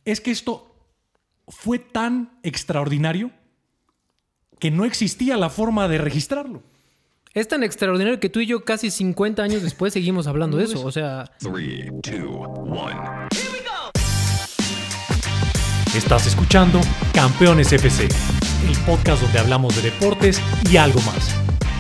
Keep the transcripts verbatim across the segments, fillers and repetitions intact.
es que esto fue tan extraordinario que no existía la forma de registrarlo. Es tan extraordinario que tú y yo casi cincuenta años después seguimos hablando de eso. O sea... tres, dos, uno. Estás escuchando Campeones F C, el podcast donde hablamos de deportes y algo más.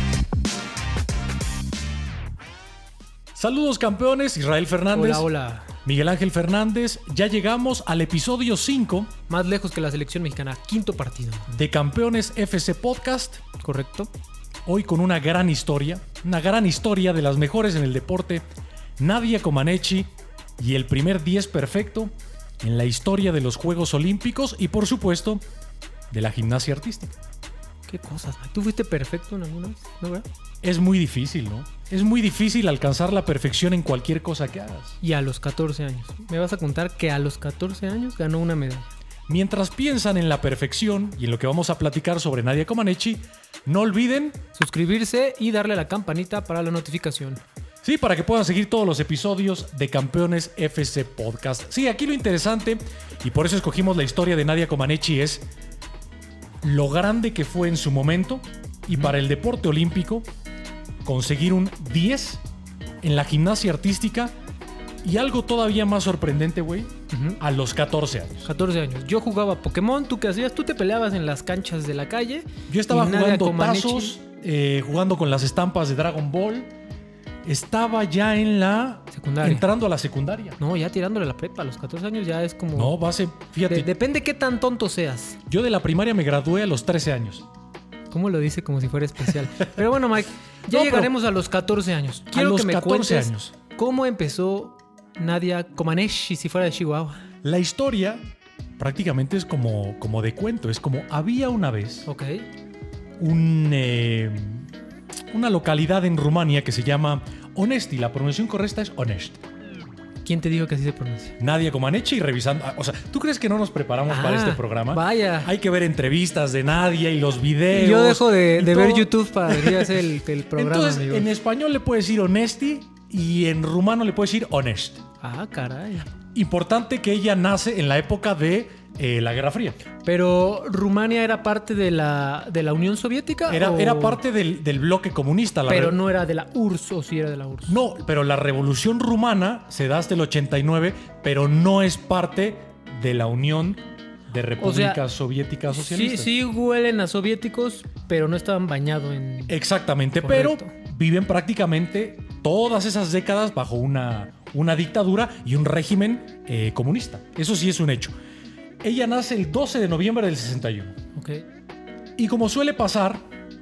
Saludos campeones, Israel Fernández. Hola, hola. Miguel Ángel Fernández. Ya llegamos al episodio cinco. Más lejos que la selección mexicana. Quinto partido. De Campeones F C Podcast. Correcto. Hoy con una gran historia. Una gran historia de las mejores en el deporte. Nadia Comaneci y el primer diez perfecto en la historia de los Juegos Olímpicos y, por supuesto, de la gimnasia artística. Qué cosas, ¿tú fuiste perfecto en alguna vez? ¿No, verdad? Es muy difícil, ¿no? Es muy difícil alcanzar la perfección en cualquier cosa que hagas. Y a los catorce años. Me vas a contar que a los catorce años ganó una medalla. Mientras piensan en la perfección y en lo que vamos a platicar sobre Nadia Comaneci, no olviden suscribirse y darle a la campanita para la notificación. Sí, para que puedan seguir todos los episodios de Campeones F C Podcast. Sí, aquí lo interesante, y por eso escogimos la historia de Nadia Comaneci, es lo grande que fue en su momento y para el deporte olímpico conseguir un diez en la gimnasia artística y algo todavía más sorprendente, güey, uh-huh. a los catorce años. catorce años. Yo jugaba Pokémon, ¿tú qué hacías? Tú te peleabas en las canchas de la calle. Yo estaba jugando tazos, eh, jugando con las estampas de Dragon Ball. Estaba ya en la... secundaria. Entrando a la secundaria. No, ya tirándole la prepa. A los catorce años ya es como... No, base... Fíjate. De, depende qué tan tonto seas. Yo de la primaria me gradué a los trece años. ¿Cómo lo dice como si fuera especial? Pero bueno, Mike, ya no, llegaremos a los catorce años. Quiero a los que me catorce cuentes años. ¿Cómo empezó Nadia Comaneci si fuera de Chihuahua? La historia prácticamente es como, como de cuento. Es como había una vez Ok. un, eh, una localidad en Rumania que se llama Onesti. La pronunciación correcta es Onest. ¿Quién te dijo que así se pronuncia? Nadia Comaneci, revisando... O sea, ¿tú crees que no nos preparamos ah, para este programa? Vaya. Hay que ver entrevistas de Nadia y los videos. Yo dejo de, de ver YouTube para hacer el, el programa. Entonces, amigo. En español le puedes decir Onesti y en rumano le puedes decir Onest. Ah, caray. Importante que ella nace en la época de eh, la Guerra Fría. Pero ¿Rumania era parte de la, de la Unión Soviética? Era, o... era parte del, del bloque comunista. La pero re... no era de la U R S S, o sí era de la U R S S. No, pero la Revolución Rumana se da hasta el ochenta y nueve, pero no es parte de la Unión de Repúblicas o sea, Soviéticas Socialistas. Sí, sí huelen a soviéticos, pero no estaban bañados en... Exactamente, Correcto. Pero viven prácticamente todas esas décadas bajo una, una dictadura y un régimen eh, comunista. Eso sí es un hecho. Ella nace el doce de noviembre del sesenta y uno. Ok. Y como suele pasar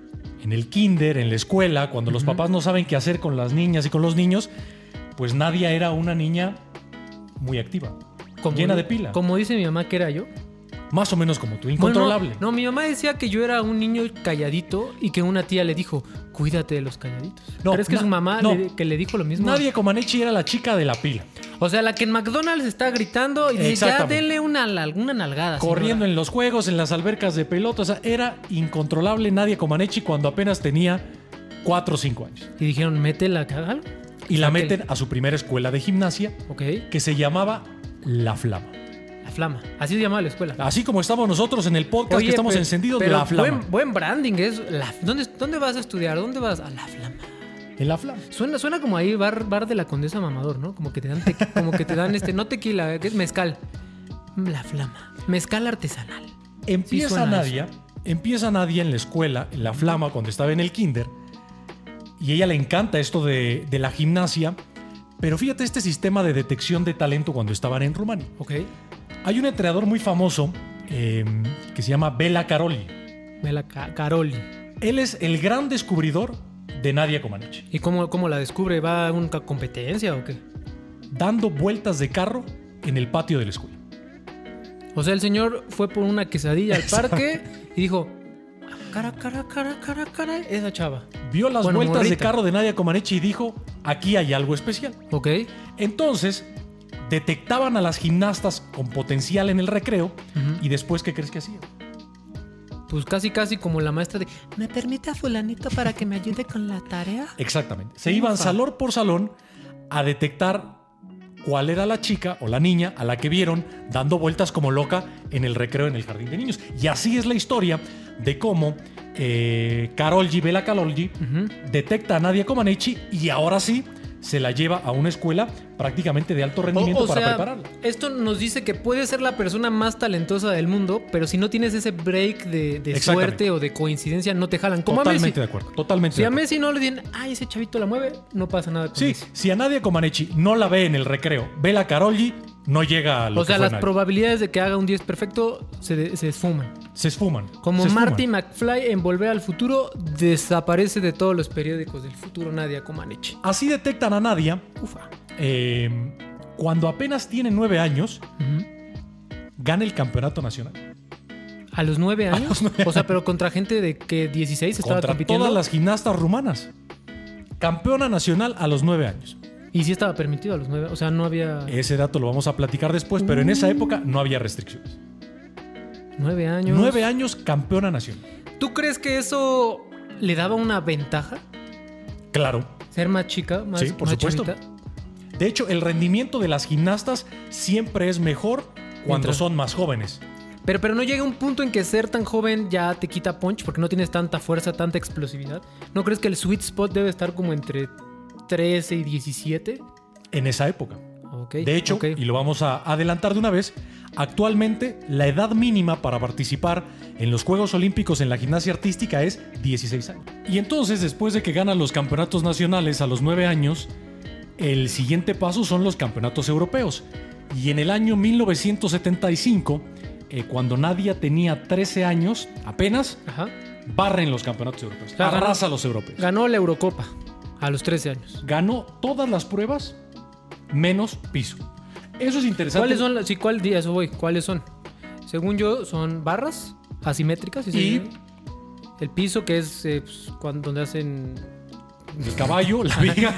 en el kinder, en la escuela, cuando uh-huh. los papás no saben qué hacer con las niñas y con los niños, pues Nadia era una niña muy activa, como, llena de pila. Como dice mi mamá que era yo. Más o menos como tú, incontrolable. Bueno, no, no, mi mamá decía que yo era un niño calladito y que una tía le dijo, cuídate de los calladitos. No, ¿Crees que na- su mamá no. le, que le dijo lo mismo? Nadia Comaneci era la chica de la pila. O sea, la que en McDonald's está gritando y dice, ya denle una, una nalgada. Corriendo señora. En los juegos, en las albercas de pelota. O sea, era incontrolable Nadia Comaneci cuando apenas tenía cuatro o cinco años. Y dijeron, métela, cágalo. Y la meten a su primera escuela de gimnasia, Ok. que se llamaba La Flama. La Flama. Así se llamaba la escuela. Así como estamos nosotros en el podcast, Oye, que estamos pero, encendidos, pero La Flama. Buen, buen branding es. La, ¿dónde, ¿Dónde vas a estudiar? ¿Dónde vas? A La Flama. En La Flama. Suena, suena como ahí bar, bar de la Condesa Mamador, ¿no? Como que te dan, te, como que te dan este, no tequila, que es mezcal. La Flama. Mezcal artesanal. Empieza Sí Nadia, empieza Nadia en la escuela, en La Flama, cuando estaba en el kinder. Y a ella le encanta esto de, de la gimnasia. Pero fíjate este sistema de detección de talento cuando estaban en Rumania. Ok. Hay un entrenador muy famoso eh, que se llama Bela Caroli. Bela Ca- Caroli. Él es el gran descubridor de Nadia Comaneci. ¿Y cómo, cómo la descubre? ¿Va a una competencia o qué? Dando vueltas de carro en el patio de la escuela. O sea, el señor fue por una quesadilla al parque y dijo, cara, cara, cara, cara, cara, esa chava. Vio las Bueno, vueltas morrita. de carro de Nadia Comaneci y dijo, aquí hay algo especial. Ok. Entonces, detectaban a las gimnastas con potencial en el recreo. Uh-huh. Y después, ¿qué crees que hacían? Pues casi, casi como la maestra de, ¿me permite a fulanito para que me ayude con la tarea? Exactamente. Se iban Ufa. salón por salón a detectar cuál era la chica o la niña a la que vieron dando vueltas como loca en el recreo en el jardín de niños. Y así es la historia de cómo eh, Karolyi, Bela Karolyi, uh-huh. detecta a Nadia Comaneci y ahora sí se la lleva a una escuela prácticamente de alto rendimiento o, o para sea, prepararla. Esto nos dice que puedes ser la persona más talentosa del mundo, pero si no tienes ese break de, de suerte o de coincidencia, no te jalan. Como totalmente a de Messi. acuerdo. Totalmente si de a acuerdo. Messi no le dicen, ay, ese chavito la mueve, no pasa nada con Sí, Messi. si a Nadia Comaneci no la ve en el recreo, Bela Karolyi no llega a lo O sea, que fue las Nadia. probabilidades de que haga un diez perfecto se, de, se esfuman. Se esfuman. Como se esfuman. Marty McFly en Volver al Futuro, desaparece de todos los periódicos del futuro Nadia Comaneci. Así detectan a Nadia. Ufa. Eh, cuando apenas tiene nueve años, Uh-huh. gana el campeonato nacional. ¿A los nueve años? los nueve O sea, pero contra gente de que dieciséis estaba Contra compitiendo. todas las gimnastas rumanas. Campeona nacional a los nueve años. Y sí estaba permitido a los nueve. O sea, no había Ese dato lo vamos a platicar después, pero en esa época no había restricciones. nueve años. Nueve años campeona nacional. ¿Tú crees que eso le daba una ventaja? Claro. Ser más chica, más, Sí, por más supuesto. chavita. De hecho, el rendimiento de las gimnastas siempre es mejor cuando Mientras- son más jóvenes. Pero, pero no llega un punto en que ser tan joven ya te quita punch porque no tienes tanta fuerza, tanta explosividad. ¿No crees que el sweet spot debe estar como entre trece y diecisiete? En esa época. Ok. De hecho, ok. y lo vamos a adelantar de una vez, actualmente la edad mínima para participar en los Juegos Olímpicos en la gimnasia artística es dieciséis años. Y entonces, después de que ganan los campeonatos nacionales a los nueve años, el siguiente paso son los campeonatos europeos. Y en el año mil novecientos setenta y cinco, eh, cuando Nadia tenía trece años, apenas, Ajá. barren los campeonatos europeos. O sea, ganó- Arrasa a los europeos. Ganó la Eurocopa a los trece años. Ganó todas las pruebas menos piso. Eso es interesante. ¿Cuáles son las? Sí, ¿cuál día eso voy? ¿Cuáles son? Según yo, son barras asimétricas. ¿sí se Y- llama? El piso, que es eh, pues, cuando, donde hacen. El caballo, la viga.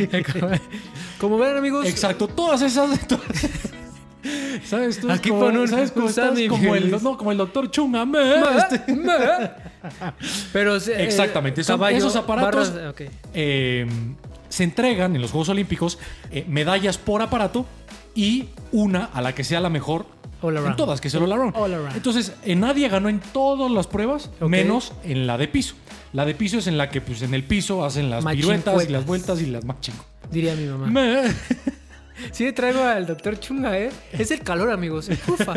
Como ven, amigos. Exacto, todas esas. todas- ¿Sabes? Tú Aquí como, pon un- ¿sabes cómo un estás? Sammy Como el, Feliz. no, como el doctor Chunga. me, Ma- este. ma. Pero eh, Exactamente, son caballo, esos aparatos. barras, ok. Eh, se entregan en los Juegos Olímpicos eh, medallas por aparato y una a la que sea la mejor All around. en todas, que es el all around. All around. Entonces, eh, Nadia ganó en todas las pruebas, Ok. menos en la de piso. La de piso es en la que pues, en el piso hacen las piruetas y Machincuetas. las vueltas y las más chingo. Diría mi mamá. Me- Sí, traigo al doctor Chunga, ¿eh? Es el calor, amigos. Ufa.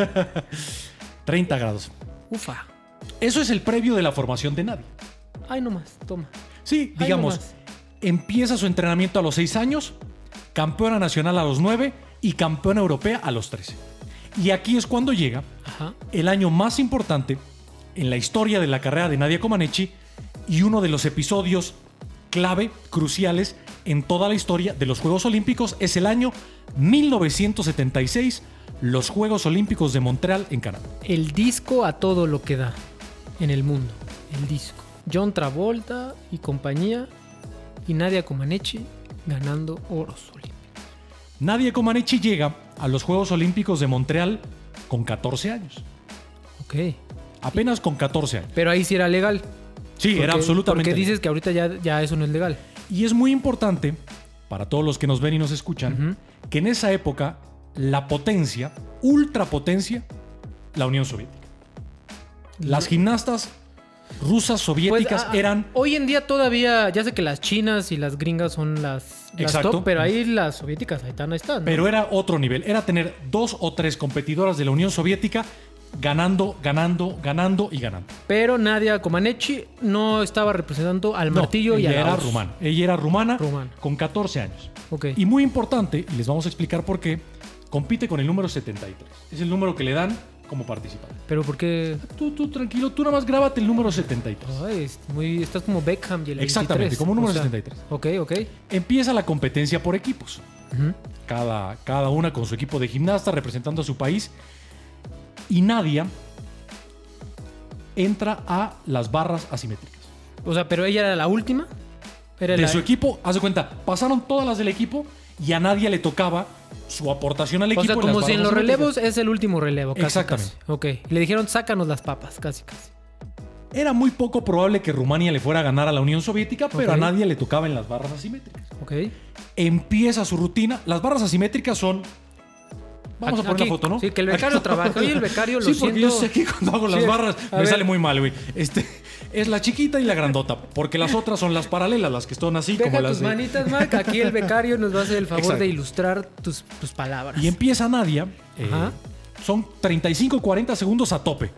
treinta grados. Ufa. Eso es el previo de la formación de Nadia. Ay, no más. Toma. Sí, Ay, digamos, no más. empieza su entrenamiento a los seis años, campeona nacional a los nueve y campeona europea a los trece. Y aquí es cuando llega Ajá. el año más importante en la historia de la carrera de Nadia Comaneci y uno de los episodios clave, cruciales en toda la historia de los Juegos Olímpicos es el año mil novecientos setenta y seis, los Juegos Olímpicos de Montreal en Canadá. El disco a todo lo que da en el mundo. El disco. John Travolta y compañía y Nadia Comaneci ganando oros olímpicos. Nadia Comaneci llega a los Juegos Olímpicos de Montreal con catorce años. Ok. Apenas con catorce años. Pero ahí sí era legal. Sí, Porque- era absolutamente. Porque dices que ahorita ya, ya eso no es legal. Y es muy importante, para todos los que nos ven y nos escuchan, que en esa época la potencia, ultrapotencia, la Unión Soviética. Las gimnastas rusas soviéticas Pues, ah, eran... Hoy en día todavía, ya sé que las chinas y las gringas son las, las Exacto. top, pero ahí las soviéticas, ahí están, ahí están. ¿no? Pero era otro nivel. Era tener dos o tres competidoras de la Unión Soviética ganando, ganando, ganando y ganando. Pero Nadia Comaneci no estaba representando al No, martillo y ella a la era hoz. rumana. Ella era rumana, Rumana. con catorce años. Ok. Y muy importante, y les vamos a explicar por qué, compite con el número setenta y tres. Es el número que le dan como participante. Pero ¿por qué? Tú, tú, tranquilo, tú nada más grábate el número setenta y tres. Ay, es muy, estás como Beckham y el Exactamente, veintitrés. como número O sea, setenta y tres. Ok, ok. Empieza la competencia por equipos. Ujú. Cada, cada una con su equipo de gimnasta representando a su país. Y Nadia entra a las barras asimétricas. O sea, pero ella era la última. Era De la... su equipo, haz de cuenta, pasaron todas las del equipo y a Nadia le tocaba su aportación al O equipo. sea, en como las si en barras los asimétricas. relevos es el último relevo. Casi, Exactamente. casi. Ok. Le dijeron, sácanos las papas, casi, casi. Era muy poco probable que Rumania le fuera a ganar a la Unión Soviética, pero Ok. a nadie le tocaba en las barras asimétricas. Ok. Empieza su rutina. Las barras asimétricas son... Vamos Aquí- a poner aquí- la foto, ¿no? sí, que el becario trabaje. Oye, el becario lo Sí, porque yo siento- sé que cuando hago las Sí, barras a me ver. sale muy mal, güey. Este, es la chiquita y la grandota, porque las otras son las paralelas, las que están así Deja como las tus de... manitas, Mark. Aquí el becario nos va a hacer el favor Exacto. de ilustrar tus, tus palabras. Y empieza Nadia. eh, Ajá. son treinta y cinco cuarenta segundos a tope.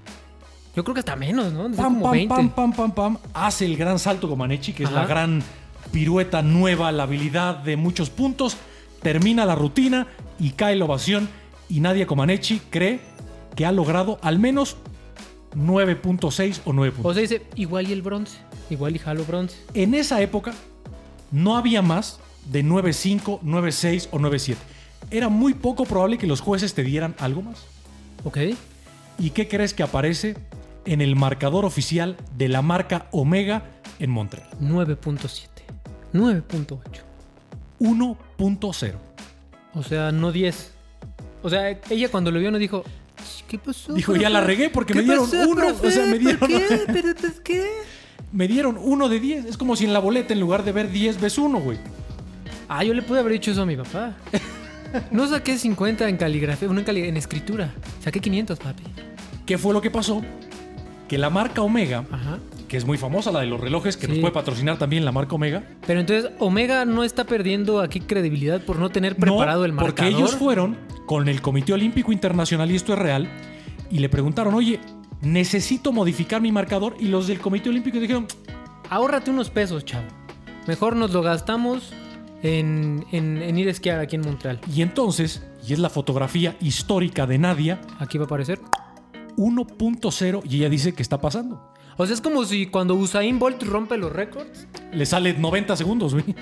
Yo creo que hasta menos, ¿no? Son Pam, como pam, veinte. pam, pam, pam, pam. Hace el gran salto Comaneci, que es Ajá. la gran pirueta nueva, la habilidad de muchos puntos. Termina la rutina y cae la ovación. Y Nadia Comaneci cree que ha logrado al menos nueve punto seis o nueve puntos. O sea, dice, igual y el bronce. Igual y jalo bronce. En esa época no había más de nueve cinco, nueve seis o nueve siete. Era muy poco probable que los jueces te dieran algo más. Ok. ¿Y qué crees que aparece en el marcador oficial de la marca Omega en Montreal? nueve punto siete. nueve punto ocho. uno punto cero. O sea, no diez. O sea, ella cuando lo vio no dijo, ¿qué pasó? Dijo, profe? ya la regué porque ¿Qué me dieron pasó, uno. profe? O sea, me dieron, ¿Por qué? ¿Pero pues qué? me dieron uno de diez. Es como si en la boleta en lugar de ver diez ves uno, güey. Ah, yo le pude haber dicho eso a mi papá. No saqué cincuenta en caligrafía, uno en, cali- en escritura. Saqué quinientos, papi. ¿Qué fue lo que pasó? Que la marca Omega, Ajá. que es muy famosa, la de los relojes, que Sí. nos puede patrocinar también la marca Omega. Pero entonces, Omega no está perdiendo aquí credibilidad por no tener preparado No, el marcador. porque ellos fueron con el Comité Olímpico Internacional, y esto es real, y le preguntaron, oye, necesito modificar mi marcador, y los del Comité Olímpico dijeron, Ahórrate unos pesos, chavo. Mejor nos lo gastamos en, en- en ir a esquiar aquí en Montreal. y entonces, y es la fotografía histórica de Nadia, Aquí va a aparecer. uno punto cero, y ella dice que está pasando. O sea, es como si cuando Usain Bolt rompe los récords. Le sale noventa segundos, güey.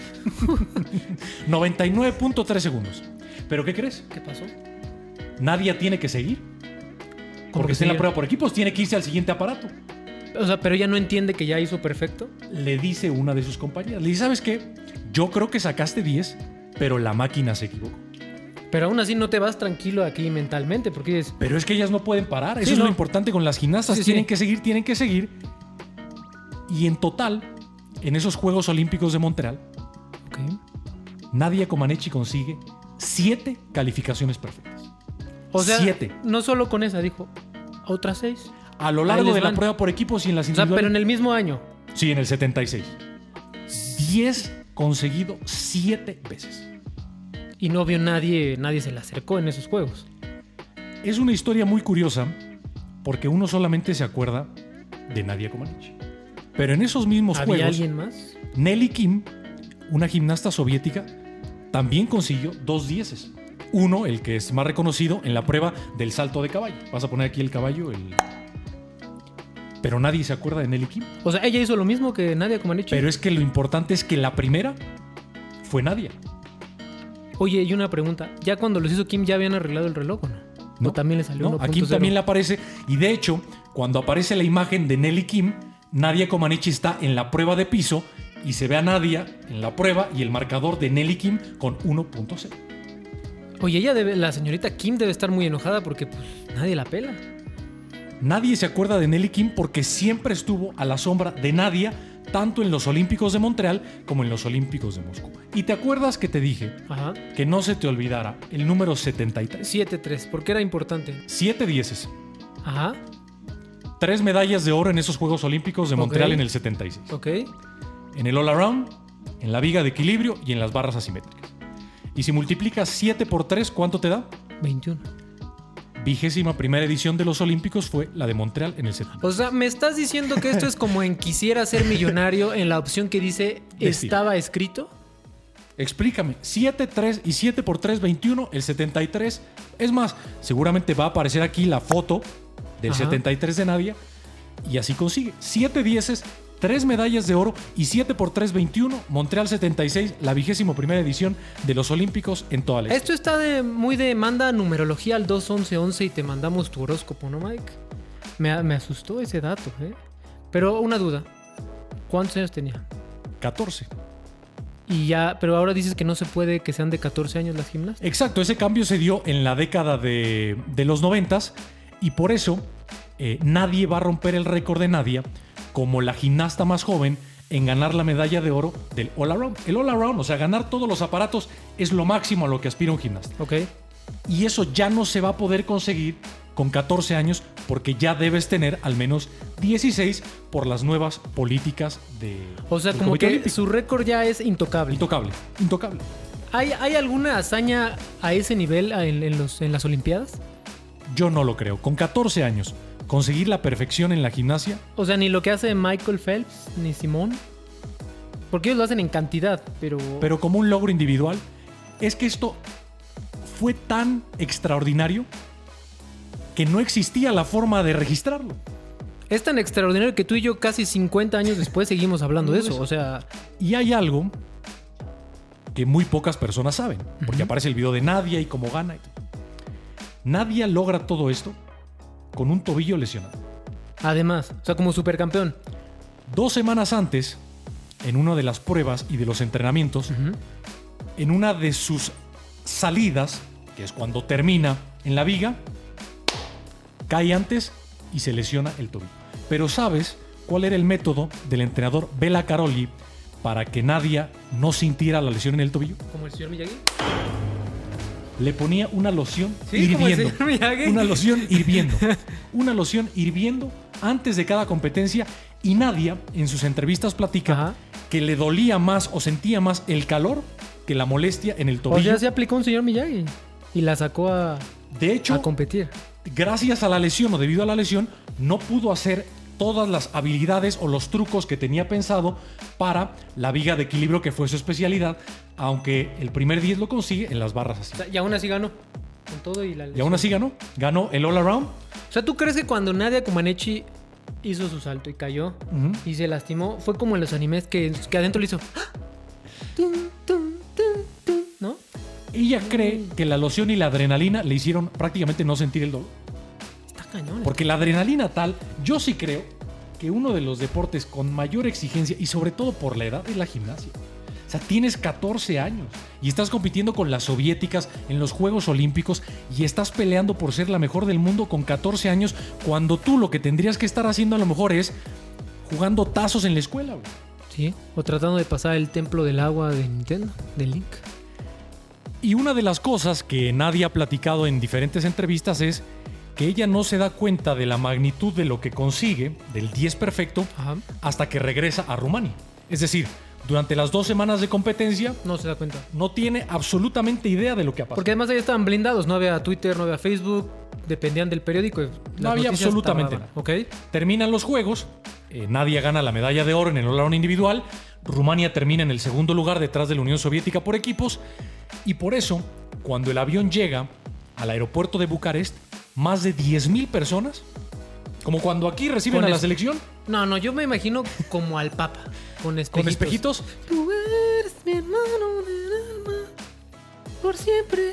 noventa y nueve punto tres segundos. ¿Pero qué crees? ¿Qué pasó? Nadia tiene que seguir. ¿Cómo Porque que está en la seguir? prueba por equipos, tiene que irse al siguiente aparato. O sea, pero ella no entiende que ya hizo perfecto. Le dice una de sus compañeras. Le dice, ¿sabes qué? Yo creo que sacaste diez, pero la máquina se equivocó. Pero aún así no te vas tranquilo aquí mentalmente, porque es... Pero es que ellas no pueden parar. Eso Sí, es no. lo importante con las gimnastas. Sí, tienen sí. que seguir, tienen que seguir. Y en total, en esos Juegos Olímpicos de Montreal, Ok. Nadia Comaneci consigue siete calificaciones perfectas. O sea, Siete. no solo con esa, dijo, otras seis. A lo Ahí largo les de la van. prueba por equipos y en las O sea, individuales. pero en el mismo año. Sí, en el setenta y seis. diez conseguido siete veces. Y no vio nadie, nadie se le acercó en esos juegos. Es una historia muy curiosa porque uno solamente se acuerda de Nadia Comaneci. Pero en esos mismos ¿Había juegos, alguien más? Nelly Kim, una gimnasta soviética, también consiguió dos dieces. Uno, el que es más reconocido, en la prueba del salto de caballo. Vas a poner aquí el caballo, el... Pero nadie se acuerda de Nelly Kim. O sea, ella hizo lo mismo que Nadia Comaneci. Pero es que lo importante es que la primera fue Nadia. Oye, y una pregunta. ¿Ya cuando los hizo Kim ya habían arreglado el reloj o no? No, ¿O también le salió no, uno punto a Kim cero? también le aparece. Y de hecho, cuando aparece la imagen de Nelly Kim, Nadia Comaneci está en la prueba de piso y se ve a Nadia en la prueba y el marcador de Nelly Kim con uno punto cero. Oye, ella debe, la señorita Kim debe estar muy enojada porque pues nadie la pela. Nadie se acuerda de Nelly Kim porque siempre estuvo a la sombra de Nadia, tanto en los Olímpicos de Montreal como en los Olímpicos de Moscú. Y te acuerdas que te dije Ajá. que no se te olvidara el número setenta y tres. siete tres, porque era importante. Siete dieces. Ajá. Tres medallas de oro en esos Juegos Olímpicos de Montreal Ok. en el setenta y seis. Ok. En el all around, en la viga de equilibrio y en las barras asimétricas. Y si multiplicas siete por tres, ¿cuánto te da? veintiuno. Vigésima primera edición de los Olímpicos fue la de Montreal en el setenta. O sea, ¿me estás diciendo que esto es como en Quisiera ser millonario en la opción que dice Destino. estaba escrito? Explícame, siete, tres y siete por tres, veintiuno, el setenta y tres. Es más, seguramente va a aparecer aquí la foto del Ajá. setenta y tres de Nadia y así consigue siete dieces, tres medallas de oro y siete por tres, veintiuno, Montreal setenta y seis, la vigésima primera edición de los Olímpicos en toda la historia. Esto está de, muy de manda numerología al dos once once y te mandamos tu horóscopo, ¿no, Mike? Me, me asustó ese dato, ¿eh? Pero una duda. ¿Cuántos años tenía? catorce. Y ya, pero ahora dices que no se puede que sean de catorce años las gimnastas. Exacto, ese cambio se dio en la década de, de los noventas y por eso eh, nadie va a romper el récord de Nadia como la gimnasta más joven en ganar la medalla de oro del All Around. El All Around, o sea, ganar todos los aparatos es lo máximo a lo que aspira un gimnasta. Ok. Y eso ya no se va a poder conseguir con catorce años porque ya debes tener al menos dieciséis por las nuevas políticas de O sea, del como Comité que Olímpico. su récord ya es intocable. Intocable, intocable. ¿Hay, ¿Hay alguna hazaña a ese nivel en, en los, en las Olimpiadas? Yo no lo creo. Con catorce años, conseguir la perfección en la gimnasia, O sea, ni lo que hace Michael Phelps ni Simón. Porque ellos lo hacen en cantidad, pero... pero como un logro individual, es que esto fue tan extraordinario que no existía la forma de registrarlo. Es tan extraordinario que tú y yo casi cincuenta años después seguimos hablando de eso. O sea, Y hay algo que muy pocas personas saben, porque aparece el video de Nadia y cómo gana. Nadia logra todo esto con un tobillo lesionado. además, o sea, como supercampeón. Dos semanas antes, en una de las pruebas y de los entrenamientos, Ujú. en una de sus salidas, que es cuando termina en la viga, cae antes y se lesiona el tobillo. Pero ¿sabes cuál era el método del entrenador Bela Karolyi para que Nadia no sintiera la lesión en el tobillo? Como el señor Miyagi. Le ponía una loción Sí, como el hirviendo. señor Miyagi. Una loción hirviendo. Una loción hirviendo antes de cada competencia. Y Nadia, en sus entrevistas, platica Ajá. que le dolía más o sentía más el calor que la molestia en el O tobillo. sea, se aplicó un señor Miyagi y la sacó a, De hecho, a competir. gracias a la lesión o debido a la lesión, no pudo hacer todas las habilidades o los trucos que tenía pensado para la viga de equilibrio, que fue su especialidad, aunque el primer diez lo consigue en las barras así. O sea, y aún así ganó. Con todo y la Y aún así ganó. Ganó el All Around. O sea, ¿tú crees que cuando Nadia Comaneci hizo su salto y cayó Ujú. y se lastimó, fue como en los animes que, que adentro le hizo... Tum, tum, tum, tum, ¿no? Ella cree que la loción y la adrenalina le hicieron prácticamente no sentir el dolor. Está cañón. Porque la adrenalina tal, yo sí creo que uno de los deportes con mayor exigencia y sobre todo por la edad es la gimnasia. O sea, tienes catorce años y estás compitiendo con las soviéticas en los Juegos Olímpicos y estás peleando por ser la mejor del mundo con catorce años, cuando tú lo que tendrías que estar haciendo a lo mejor es jugando tazos en la escuela, güey. Sí, o tratando de pasar el templo del agua de Nintendo, de Link. Y una de las cosas que Nadia ha platicado en diferentes entrevistas es que ella no se da cuenta de la magnitud de lo que consigue, del diez perfecto, Ajá. hasta que regresa a Rumania. Es decir, durante las dos semanas de competencia No se da cuenta. no tiene absolutamente idea de lo que ha pasado. Porque además ellos estaban blindados, no había Twitter, no había Facebook, dependían del periódico. y las No había noticias absolutamente tardaban. nada. Ok. Terminan los juegos, eh, Nadia gana la medalla de oro en el all-around individual, Rumania termina en el segundo lugar detrás de la Unión Soviética por equipos, y por eso, cuando el avión llega al aeropuerto de Bucarest, más de diez mil personas, como cuando aquí reciben Con a la es- selección, No, no, yo me imagino como al Papa, con espejitos. con espejitos, Tú eres mi hermano del alma, por siempre,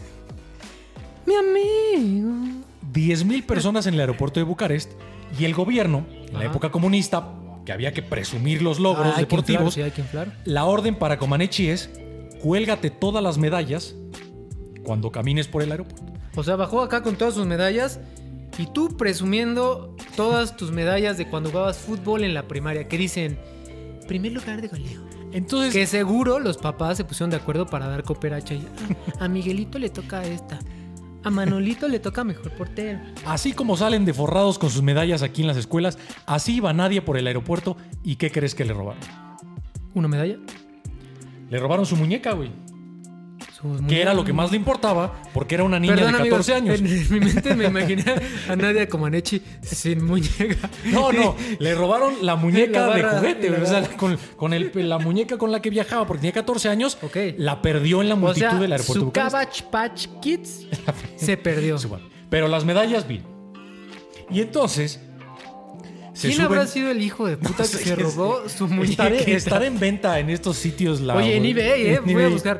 mi amigo. diez mil personas en el aeropuerto de Bucarest, y el gobierno, en la Ajá. época comunista, que había que presumir los logros Ah, hay que inflar, deportivos, sí, hay que inflar. la orden para Comaneci es: cuélgate todas las medallas cuando camines por el aeropuerto. O sea, bajó acá con todas sus medallas y tú presumiendo todas tus medallas de cuando jugabas fútbol en la primaria, que dicen primer lugar de goleo. Entonces, Que seguro los papás se pusieron de acuerdo para dar cooperacha. Y, "Ah, a Miguelito le toca esta. A Manolito le toca mejor portero. así como salen de forrados con sus medallas aquí en las escuelas, así iba Nadia por el aeropuerto. ¿Y qué crees que le robaron? ¿Una medalla? Le robaron su muñeca, güey. Sus Que era muñecas. lo que más le importaba, porque era una niña Perdón, de catorce amigos, años. En, en mi mente me imaginé a Nadia Comaneci sin muñeca. No, no, le robaron la muñeca La de barra, juguete, la güey. O sea, barra. con, con el- la muñeca con la que viajaba, porque tenía catorce años, Ok. la perdió en la O multitud sea, del aeropuerto de su Bucarest. Cabbage Patch Kids se perdió. Es igual. Pero las medallas, bien. Y entonces, se ¿Quién suben- habrá sido el hijo de puta que sé, se robó su Estaré, muñeca? estaré en venta en estos sitios. La, Oye, en eBay, eh. en Voy a eBay. buscar.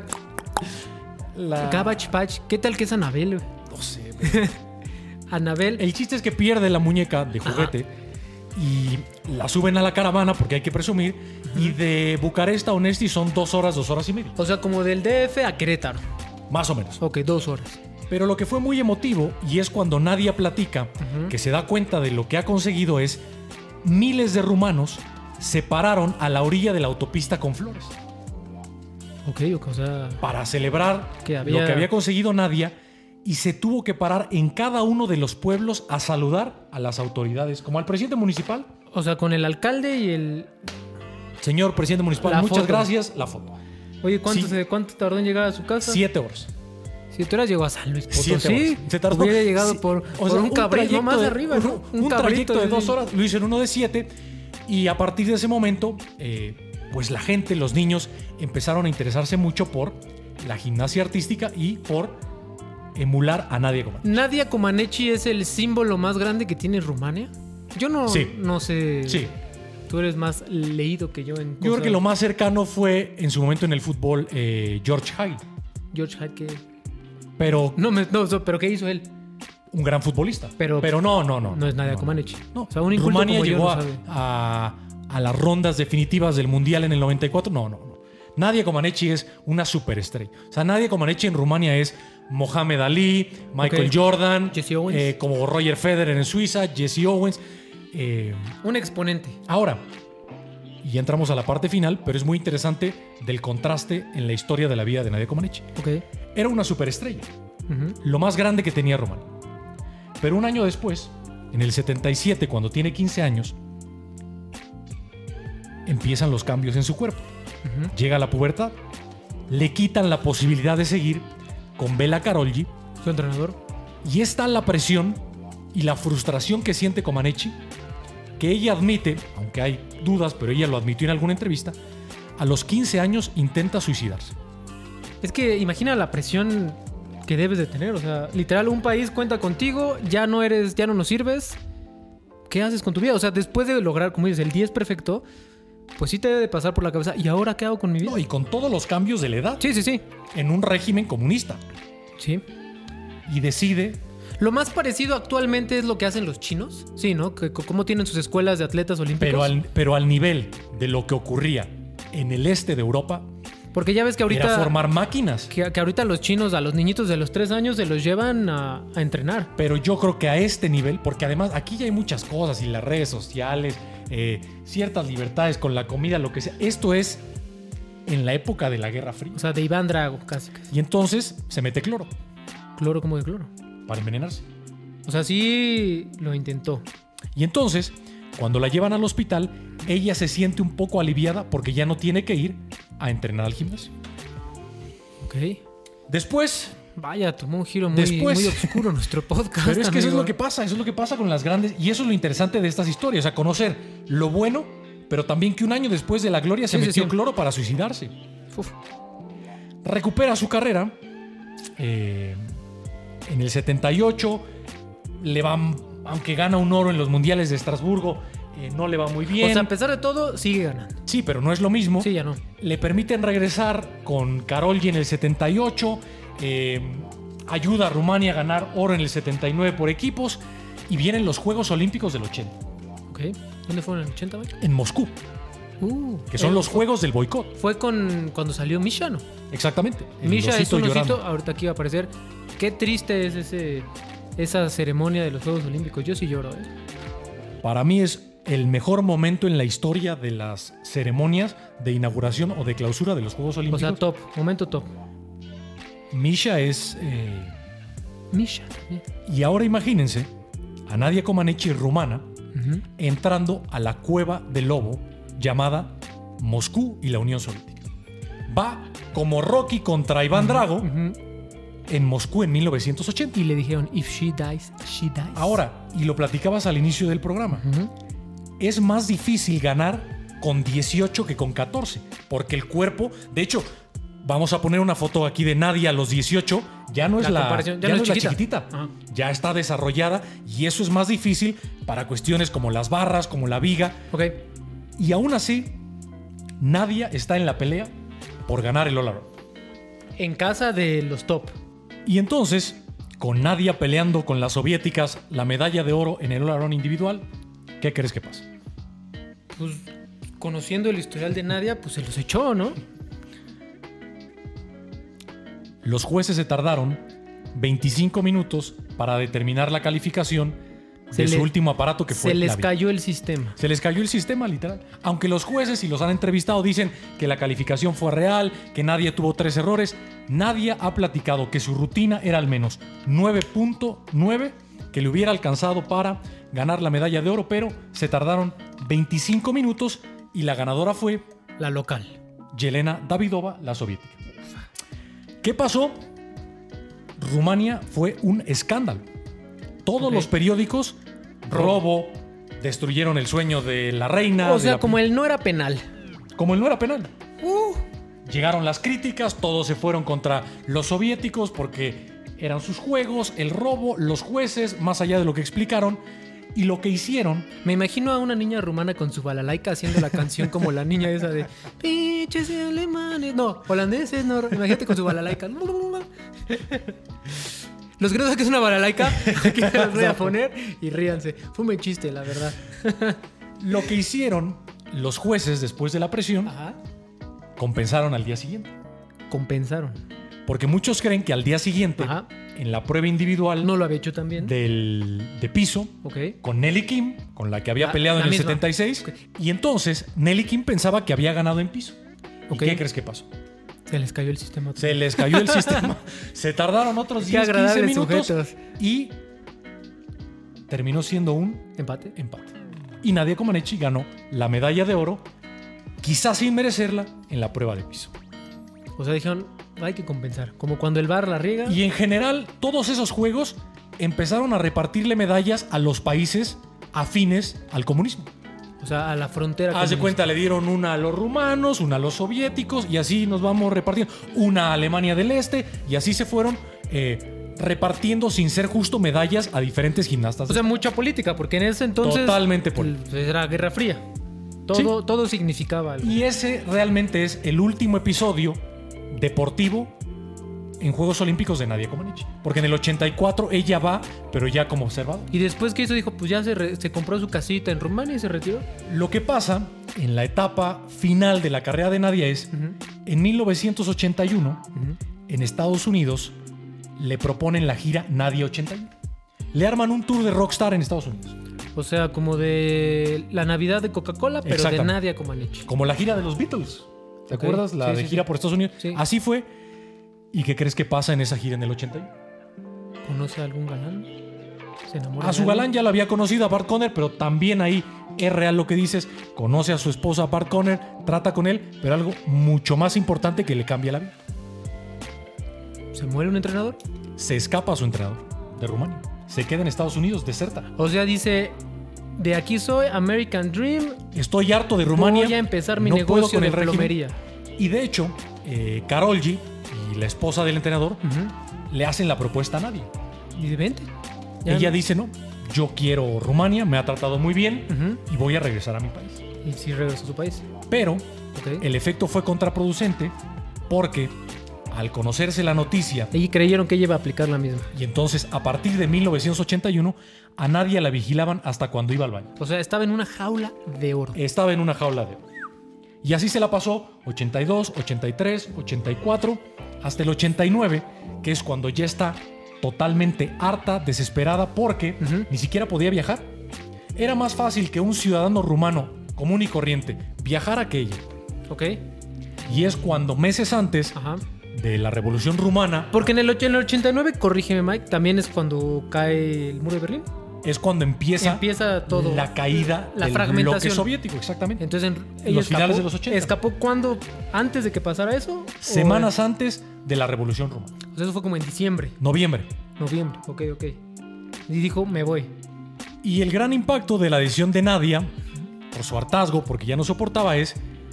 La- Cabbage Patch. ¿Qué tal que es Anabel? güey? No sé, güey. Anabel. El chiste es que pierde la muñeca de juguete y la suben a la caravana porque hay que presumir. Y de Bucarest a Onesti son dos horas, dos horas y media. O sea, como del D F a Querétaro. Más o menos. Ok, dos horas. Pero lo que fue muy emotivo, y es cuando Nadia platica, uh-huh. que se da cuenta de lo que ha conseguido, es miles de rumanos se pararon a la orilla de la autopista con flores. Ok, o sea... Para celebrar que había... lo que había conseguido Nadia, y se tuvo que parar en cada uno de los pueblos a saludar a las autoridades, como al presidente municipal. O sea, con el alcalde y el... Señor presidente municipal, la muchas foto. gracias, la foto. Oye, ¿cuánto, Sí. se, ¿cuánto tardó en llegar a su casa? Siete horas. Siete horas llegó a San Luis Potosí. Siete horas. Se tardó. Hubiera llegado Sí. por, O por sea, un cabrito, no más de, arriba, ¿no? Un, un trayecto de sí. dos horas, lo hizo en uno de siete. Y a partir de ese momento, eh, pues la gente, los niños, empezaron a interesarse mucho por la gimnasia artística y por emular a Nadia Comaneci. ¿Nadia Comaneci es el símbolo más grande que tiene Rumania? Yo no, Sí. no sé. Sí. Tú eres más leído que yo en Yo creo que lo más cercano fue en su momento en el fútbol eh, George Hyde. George Hyde, que... Pero No, me, no, ¿pero qué hizo él? un gran futbolista. Pero- pero no, no, no. No es Nadia no, Comaneci. No. O sea, un inculto Rumania como yo llegó no a, sabe. a, a las rondas definitivas del Mundial en el noventa y cuatro. No, no, no. Nadia Comaneci es una superestrella. O sea, Nadia Comaneci en Rumania es Mohamed Ali, Michael Ok. Jordan, Jesse Owens. eh, como Roger Federer en Suiza, Jesse Owens. Eh, Un exponente. ahora, y ya entramos a la parte final, pero es muy interesante del contraste en la historia de la vida de Nadia Comaneci. Ok. Era una superestrella, Ujú. lo más grande que tenía Rumania. Pero un año después, en el setenta y siete, cuando tiene quince años, empiezan los cambios en su cuerpo. Ujú. Llega la pubertad, le quitan la posibilidad de seguir con Bela Karolyi, Su entrenador. y es tal la presión y la frustración que siente Comaneci que ella admite, aunque hay dudas, pero ella lo admitió en alguna entrevista, a los quince años intenta suicidarse. Es que imagina la presión que debes de tener. O sea, literal, un país cuenta contigo, ya no eres, ya no nos sirves. ¿Qué haces con tu vida? O sea, después de lograr, como dices, el diez perfecto, pues sí te debe de pasar por la cabeza. ¿Y ahora qué hago con mi vida? No, y con todos los cambios de la edad, Sí, sí, sí. en un régimen comunista. Sí. Y decide, Lo más parecido actualmente es lo que hacen los chinos. Sí, ¿no? Que, c- ¿Cómo tienen sus escuelas de atletas olímpicos? pero al, pero al nivel de lo que ocurría en el este de Europa, Porque ya ves que ahorita... era formar máquinas. Que, que ahorita los chinos, a los niñitos de los tres años, se los llevan a, a entrenar. Pero yo creo que a este nivel, porque además aquí ya hay muchas cosas y las redes sociales, eh, ciertas libertades con la comida, lo que sea. Esto es en la época de la Guerra Fría. O sea, de Iván Drago, casi. casi. Y entonces se mete cloro Cloro como de cloro. para envenenarse. O sea, sí lo intentó. Y entonces, cuando la llevan al hospital, ella se siente un poco aliviada porque ya no tiene que ir a entrenar al gimnasio. Ok. Después, Vaya, tomó un giro muy, Después- muy oscuro nuestro podcast. pero es que eso es amigo. lo que pasa, eso es lo que pasa con las grandes, y eso es lo interesante de estas historias, o sea, conocer lo bueno, pero también que un año después de la gloria se Sí, sí, metió sí. cloro para suicidarse. Uf. Recupera su carrera. eh, en el setenta y ocho le va, aunque gana un oro en los mundiales de Estrasburgo, eh, no le va muy bien. O sea, a pesar de todo, sigue ganando. Sí, pero no es lo mismo. Sí, ya no. Le permiten regresar con Karolyi en el setenta y ocho. eh, ayuda a Rumania a ganar oro en el setenta y nueve por equipos. Y vienen los Juegos Olímpicos del ochenta, Ok. ¿Dónde fueron en el ochenta, güey? en Moscú, Uh, que son eh, los Juegos del boicot. Fue con cuando salió Misha, ¿no? Exactamente. el Misha es osito un osito. llorando. Ahorita aquí va a aparecer. Qué triste es ese esa ceremonia de los Juegos Olímpicos. Yo sí lloro, ¿eh? Para mí es el mejor momento en la historia de las ceremonias de inauguración o de clausura de los Juegos O Olímpicos. sea, top. Momento top. Misha es... eh, Misha también. y ahora imagínense a Nadia Comaneci rumana Ujú. entrando a la cueva del lobo llamada Moscú y la Unión Soviética. Va como Rocky contra Iván Drago Ujú. en Moscú en mil novecientos ochenta. Y le dijeron, if she dies, she dies. Ahora, y lo platicabas al inicio del programa, Ujú. es más difícil ganar con dieciocho que con catorce, porque el cuerpo, de hecho, vamos a poner una foto aquí de Nadia a los dieciocho, ya no es La la, comparación, ya no es la chiquitita, Ajá. ya está desarrollada y eso es más difícil para cuestiones como las barras, como la viga, Ok. y aún así, Nadia está en la pelea por ganar el All-Around. En casa de los top. Y entonces, con Nadia peleando con las soviéticas la medalla de oro en el All-Around individual, ¿qué crees que pasa? Pues conociendo el historial de Nadia, pues se los echó, ¿no? Los jueces se tardaron veinticinco minutos para determinar la calificación Se de le- su último aparato que fue Se les la vida. cayó el sistema. Se les cayó el sistema, literal. Aunque los jueces, y los han entrevistado, dicen que la calificación fue real, que nadie tuvo tres errores, nadie ha platicado que su rutina era al menos nueve punto nueve, que le hubiera alcanzado para ganar la medalla de oro, pero se tardaron veinticinco minutos y la ganadora fue La local. Yelena Davidova, la soviética. ¿Qué pasó? Rumania fue un escándalo. Todos Ok. los periódicos, robo, destruyeron el sueño de la reina. O de sea, la- como él no era penal. como él no era penal. Uh, Llegaron las críticas, todos se fueron contra los soviéticos porque eran sus juegos, el robo, los jueces, más allá de lo que explicaron. Y lo que hicieron, me imagino a una niña rumana con su balalaika haciendo la canción como la niña esa de pinches alemanes. No, holandeses, no. Imagínate con su balalaika. Los griegos que es una balalaika, aquí se las voy a poner y ríanse. Fue un buen chiste, la verdad. lo que hicieron los jueces después de la presión, Ajá. compensaron al día siguiente. Compensaron. Porque muchos creen que al día siguiente, Ajá. en la prueba individual No lo había hecho también. del, de piso, Ok. con Nelly Kim, con la que había La- peleado la en el misma. setenta y seis, Ok. y entonces Nelly Kim pensaba que había ganado en piso. Ok. ¿Y qué crees que pasó? Se les cayó el sistema. Se les cayó el sistema. Se tardaron otros Qué diez, quince agradables minutos sujetos. y terminó siendo un Empate. empate. Y Nadia Comaneci ganó la medalla de oro, quizás sin merecerla, en la prueba de piso. O sea, dijeron, hay que compensar. Como cuando el bar la riega. Y en general, todos esos juegos empezaron a repartirle medallas a los países afines al comunismo. O sea, a la frontera. Haz de comunista. cuenta, le dieron una a los rumanos, una a los soviéticos, y así nos vamos repartiendo. Una a Alemania del Este, y así se fueron eh, repartiendo, sin ser justo, medallas a diferentes gimnastas. O sea, mucha política, porque en ese entonces. Totalmente política. pues, era Guerra Fría. Todo, todo significaba algo. Y ese realmente es el último episodio deportivo en Juegos Olímpicos de Nadia Comaneci. Porque en el ochenta y cuatro ella va, pero ya como observador. Y después que hizo, dijo, pues ya se, re- se compró su casita en Rumania y se retiró. Lo que pasa en la etapa final de la carrera de Nadia es, Ujú. en mil novecientos ochenta y uno, Ujú. en Estados Unidos, le proponen la gira Nadia ochenta y uno. Le arman un tour de rockstar en Estados Unidos. O sea, como de la Navidad de Coca-Cola, pero de Exactamente. Nadia Comaneci. Como la gira de los Beatles. ¿Te Ok, acuerdas? La sí, de sí, gira sí. por Estados Unidos. Sí. Así fue. ¿Y qué crees que pasa en esa gira en el ochenta y uno? ¿Conoce a algún galán? ¿Se enamora A de su alguien? galán ya lo había conocido, a Bart Conner, pero también ahí es real lo que dices. Conoce a su esposa Bart Conner, trata con él, pero algo mucho más importante que le cambia la vida. ¿Se muere un entrenador? Se escapa a su entrenador de Rumania. Se queda en Estados Unidos, deserta. O sea, dice, de aquí soy, American Dream, Estoy harto de Rumania. voy a empezar mi no puedo negocio con de el régimen. plomería. Y de hecho, eh, Karolyi y la esposa del entrenador Ujú. le hacen la propuesta a Nadia. Y dice, vente. Ya Ella no- dice, no, yo quiero Rumania, me ha tratado muy bien Ujú. y voy a regresar a mi país. Y sí regresó a su país. Pero Ok. el efecto fue contraproducente porque al conocerse la noticia, Y creyeron que ella iba a aplicar la misma. y entonces a partir de mil novecientos ochenta y uno, a Nadia la vigilaban hasta cuando iba al baño. O sea, estaba en una jaula de oro. Estaba en una jaula de oro. Y así se la pasó ochenta y dos, ochenta y tres, ochenta y cuatro, hasta el ochenta y nueve, que es cuando ya está totalmente harta, desesperada, porque Ujú. ni siquiera podía viajar. Era más fácil que un ciudadano rumano común y corriente viajara que ella. ¿Ok? Y es cuando meses antes Ajá. de la Revolución Rumana, Porque en el, och- en el ochenta y nueve, corrígeme Mike, también es cuando cae el muro de Berlín. es cuando empieza, Empieza todo. la caída la del fragmentación. bloque soviético, exactamente. Entonces, en- Los ella finales escapó, de los ochenta. ¿Escapó cuándo? ¿Antes de que pasara eso? Semanas antes de la Revolución Rumana. O, o sea, eso fue como en diciembre, Noviembre. noviembre. Ok, ok. Y dijo, me voy. Y el gran impacto de la decisión de Nadia, por su hartazgo, porque ya no soportaba, es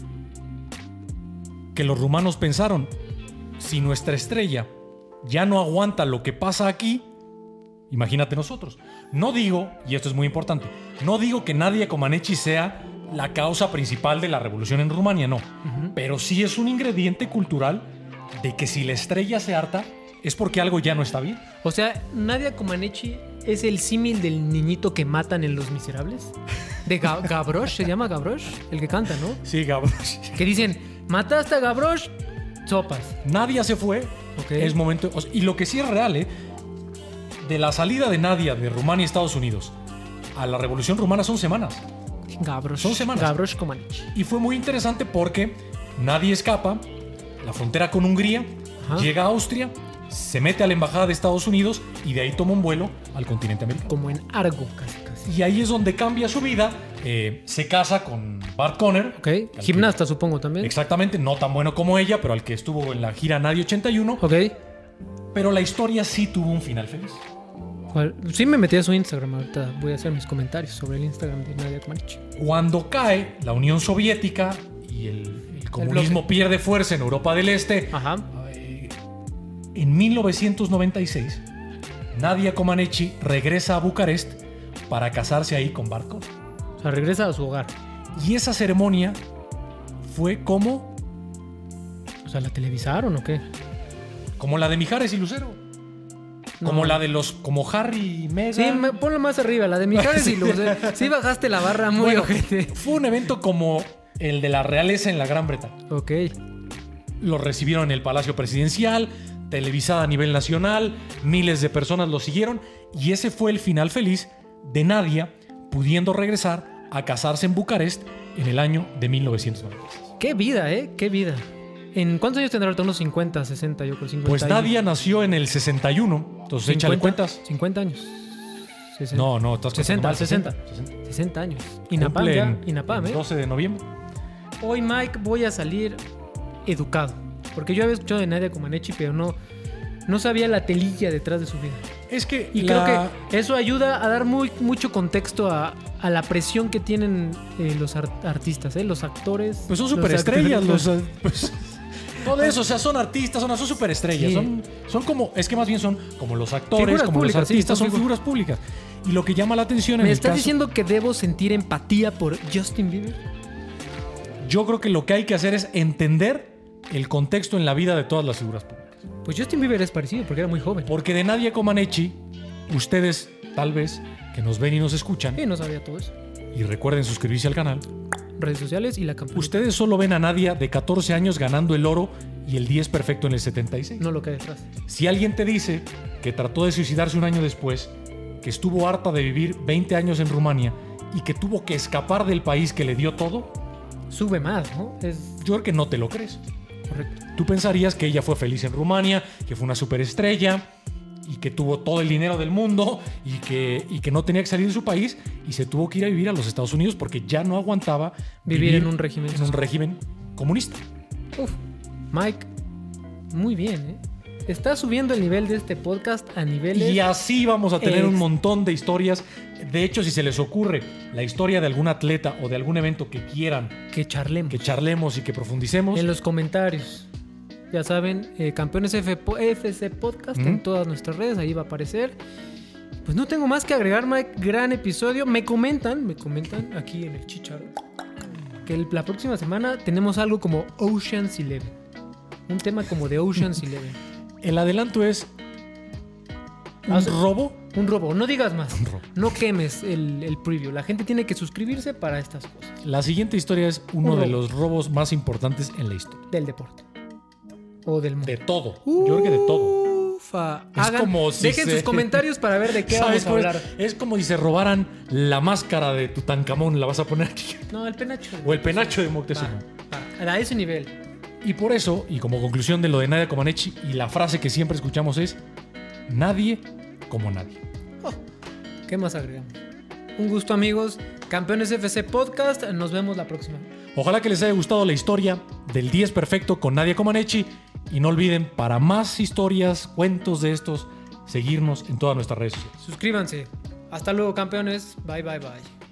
que los rumanos pensaron, si nuestra estrella ya no aguanta lo que pasa aquí, imagínate nosotros. No digo, y esto es muy importante, no digo que Nadia Comaneci sea la causa principal de la revolución en Rumania, no. Pero sí es un ingrediente cultural de que si la estrella se harta, es porque algo ya no está bien. O sea, Nadia Comaneci es el símil del niñito que matan en Los Miserables. De Ga- Gavroche, se llama Gavroche, el que canta, ¿no? Sí, cabrón. Que dicen, mataste a Gavroche, sopas. Nadia se fue. Ok. Es momento. o sea, y lo que sí es real, ¿eh? de la salida de Nadia de Rumania a Estados Unidos a la Revolución Rumana son semanas. Gabros. Son semanas. Gabros Comanic. Y fue muy interesante porque Nadia escapa la frontera con Hungría, Ajá. llega a Austria, se mete a la embajada de Estados Unidos y de ahí toma un vuelo al continente americano. Como en Argo, casi, casi. Y ahí es donde cambia su vida. Eh, se casa con Bart Conner. Ok. al Gimnasta, que- supongo, también. Exactamente, no tan bueno como ella, pero al que estuvo en la gira Nadia ochenta y uno. Ok. Pero la historia sí tuvo un final feliz. ¿Cuál? Sí me metí a su Instagram. Ahorita voy a hacer mis comentarios sobre el Instagram de Nadia Comaneci. Cuando cae la Unión Soviética y el, el comunismo bloque. pierde fuerza en Europa del Este, Ajá. eh, en mil novecientos noventa y seis, Nadia Comaneci regresa a Bucarest para casarse ahí con Bart Conner. O sea, regresa a su hogar. Y esa ceremonia fue como, O sea, ¿la televisaron o qué? como la de Mijares y Lucero. No. Como la de los, como Harry y Meghan. Sí, me, ponla más arriba, la de Mijares y Lucero. Sí bajaste la barra muy Bueno, ojete. fue un evento como el de la realeza en la Gran Bretaña. Ok. Lo recibieron en el Palacio Presidencial, televisada a nivel nacional, miles de personas lo siguieron y ese fue el final feliz de Nadia pudiendo regresar a casarse en Bucarest en el año de mil novecientos noventa y seis. Qué vida, ¿eh? Qué vida. ¿En cuántos años tendrá ahorita? Unos cincuenta, sesenta, yo creo. cincuenta Pues años. Nadia nació en el sesenta y uno, entonces échale cuentas. cincuenta años. sesenta. No, no, estás sesenta, contando mal, sesenta. sesenta. sesenta años. INAPAM Cumple ya. en INAPAM, ¿eh? doce de noviembre. Hoy, Mike, voy a salir educado. Porque yo había escuchado de Nadia Comaneci, pero no, no sabía la telilla detrás de su vida. Es que Y la- creo que eso ayuda a dar muy, mucho contexto a, a la presión que tienen eh, los ar- artistas, ¿eh? Los actores. pues son los superestrellas actores. los, pues, todo eso, o sea, son artistas, son, son superestrellas, Sí. son, son como, es que más bien son como los actores, Figuras como públicas, los sí, artistas, son son figuras públicas. Y lo que llama la atención en ¿Me el estás caso, diciendo que debo sentir empatía por Justin Bieber? yo creo que lo que hay que hacer es entender el contexto en la vida de todas las figuras públicas. Pues Justin Bieber es parecido porque era muy joven. Porque de Nadia Comaneci, ustedes tal vez que nos ven y nos escuchan, Sí, no sabía todo eso. y recuerden suscribirse al canal, Redes sociales y la campaña. ustedes solo ven a Nadia de catorce años ganando el oro y el diez perfecto en el setenta y seis. No lo que hay detrás. Si alguien te dice que trató de suicidarse un año después, que estuvo harta de vivir veinte años en Rumania y que tuvo que escapar del país que le dio todo, Sube más, ¿no? Es yo creo que no te lo crees. correcto. Tú pensarías que ella fue feliz en Rumania, que fue una superestrella y que tuvo todo el dinero del mundo y que, y que no tenía que salir de su país y se tuvo que ir a vivir a los Estados Unidos porque ya no aguantaba Vivir en un régimen. en un régimen comunista. Uf, Mike, muy bien, ¿eh? Está subiendo el nivel de este podcast a niveles... Y así vamos a tener Ex- un montón de historias. De hecho, si se les ocurre la historia de algún atleta o de algún evento que quieran Que charlemos. que charlemos y que profundicemos, En los comentarios. Ya saben, eh, Campeones F, F C Podcast Ujú. en todas nuestras redes, ahí va a aparecer. Pues no tengo más que agregar, Mike. Gran episodio. Me comentan, me comentan aquí en el Chicharo que el- la próxima semana tenemos algo como Ocean's Eleven. Un tema como de Ocean's Eleven. el adelanto es un Ah, o sea, robo. Un robo. No digas más. Un robo. No quemes el, el preview. La gente tiene que suscribirse para estas cosas La siguiente historia es uno Un de robo. los robos más importantes en la historia. del deporte. O del mundo. De todo. Yo creo que de todo. Ufa. Es como si dejen se- sus comentarios para ver de qué ¿Sabes vamos a cuál es? hablar. Es como si se robaran la máscara de Tutankamón, la vas a poner aquí. No, el penacho. O el penacho de Moctezuma. Va, va, a ese nivel. Y por eso, y como conclusión de lo de Nadia Comaneci, y la frase que siempre escuchamos es: nadie como nadie. ¿Qué más agregamos? Un gusto, amigos. Campeones F C Podcast. Nos vemos la próxima. Ojalá que les haya gustado la historia del diez perfecto con Nadia Comaneci. Y no olviden, para más historias, cuentos de estos, seguirnos en todas nuestras redes sociales. Suscríbanse. Hasta luego, campeones. Bye, bye, bye.